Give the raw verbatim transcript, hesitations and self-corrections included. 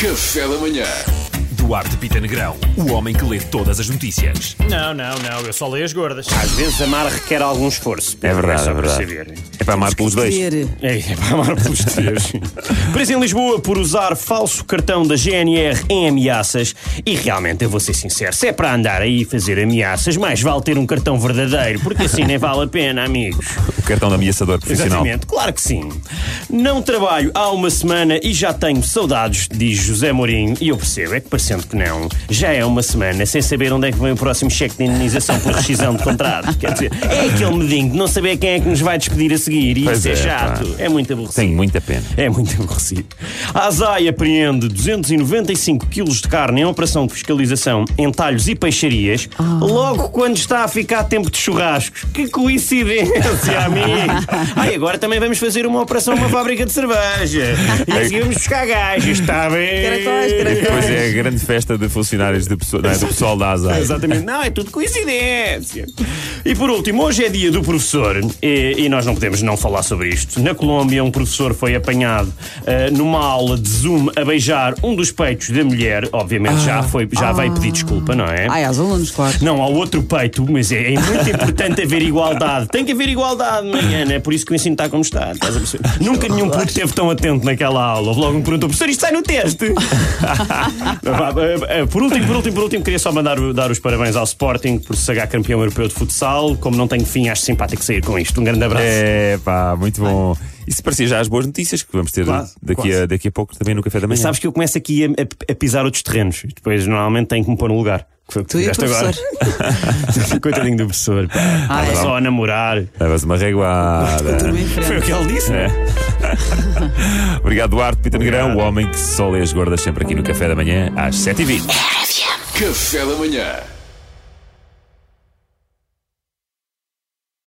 Café da manhã. Duarte Pita Negrão, o homem que lê todas as notícias. Não, não, não, eu só leio as gordas. Às vezes amar requer algum esforço. É verdade, só é para verdade. saber. É para amar pelos dois. É, é para amar pelos três. Preso em Lisboa por usar falso cartão da G N R em ameaças. E realmente, eu vou ser sincero, se é para andar aí e fazer ameaças, mais vale ter um cartão verdadeiro, porque assim nem vale a pena, amigos. O cartão de ameaçador profissional. Exatamente, claro que sim. Não trabalho há uma semana e já tenho saudades, diz José Mourinho. E eu percebo, é que parecendo que não, já é uma semana sem saber onde é que vem o próximo cheque de indenização por rescisão de contrato. Quer dizer, é aquele medinho de não saber quem é que nos vai despedir a seguir. E Pois isso é, é, chato. pá. É muito aborrecido. Tenho muita pena. É muito aborrecido. A ASAI apreende duzentos e noventa e cinco quilos de carne em operação de fiscalização em talhos e peixarias, logo quando está a ficar tempo de churrascos. Que coincidência, amigos! Ai, agora também vamos fazer uma operação numa fábrica de cerveja. E a seguir vamos buscar gajos, está bem? Caracóis, caracóis. Pois é, a grande festa de funcionários de pessoa, não é, do pessoal da ASAI. Exatamente, não, é tudo coincidência. E por último, hoje é dia do professor e, e nós não podemos não falar sobre isto. Na Colômbia, um professor foi apanhado uh, numa aula de Zoom a beijar um dos peitos da mulher. Obviamente já, foi, já veio pedir desculpa, não é? Ai, aos alunos, claro. Não, ao outro peito, mas é, é muito importante haver igualdade. Tem que haver igualdade, Mariana. É por isso que o ensino está como está. Estás a perceber? Nunca nenhum puto esteve tão atento naquela aula. Houve logo me perguntou, professor, isto sai no teste? Por último, por último, por último, queria só mandar dar os parabéns ao Sporting por se sagrar campeão europeu de futsal. Como não tenho fim, acho simpático sair com isto. Um grande abraço. É pá, muito bom. Isso parecia já as boas notícias que vamos ter Quase, daqui, quase. a, daqui a pouco também no café da manhã. Mas sabes que eu começo aqui a, a- a pisar outros terrenos. Depois, normalmente, tenho que me pôr no lugar. Que foi o que Tu e o fizeste agora. Coitadinho do professor. Pá. Ah, Estava é? só a namorar. Levas uma reguada. Turma em frente. Foi o que ele disse. É. Obrigado, Duarte Pita Negrão, o homem que só lê as gordas sempre aqui no café da manhã às sete e vinte. Café da manhã.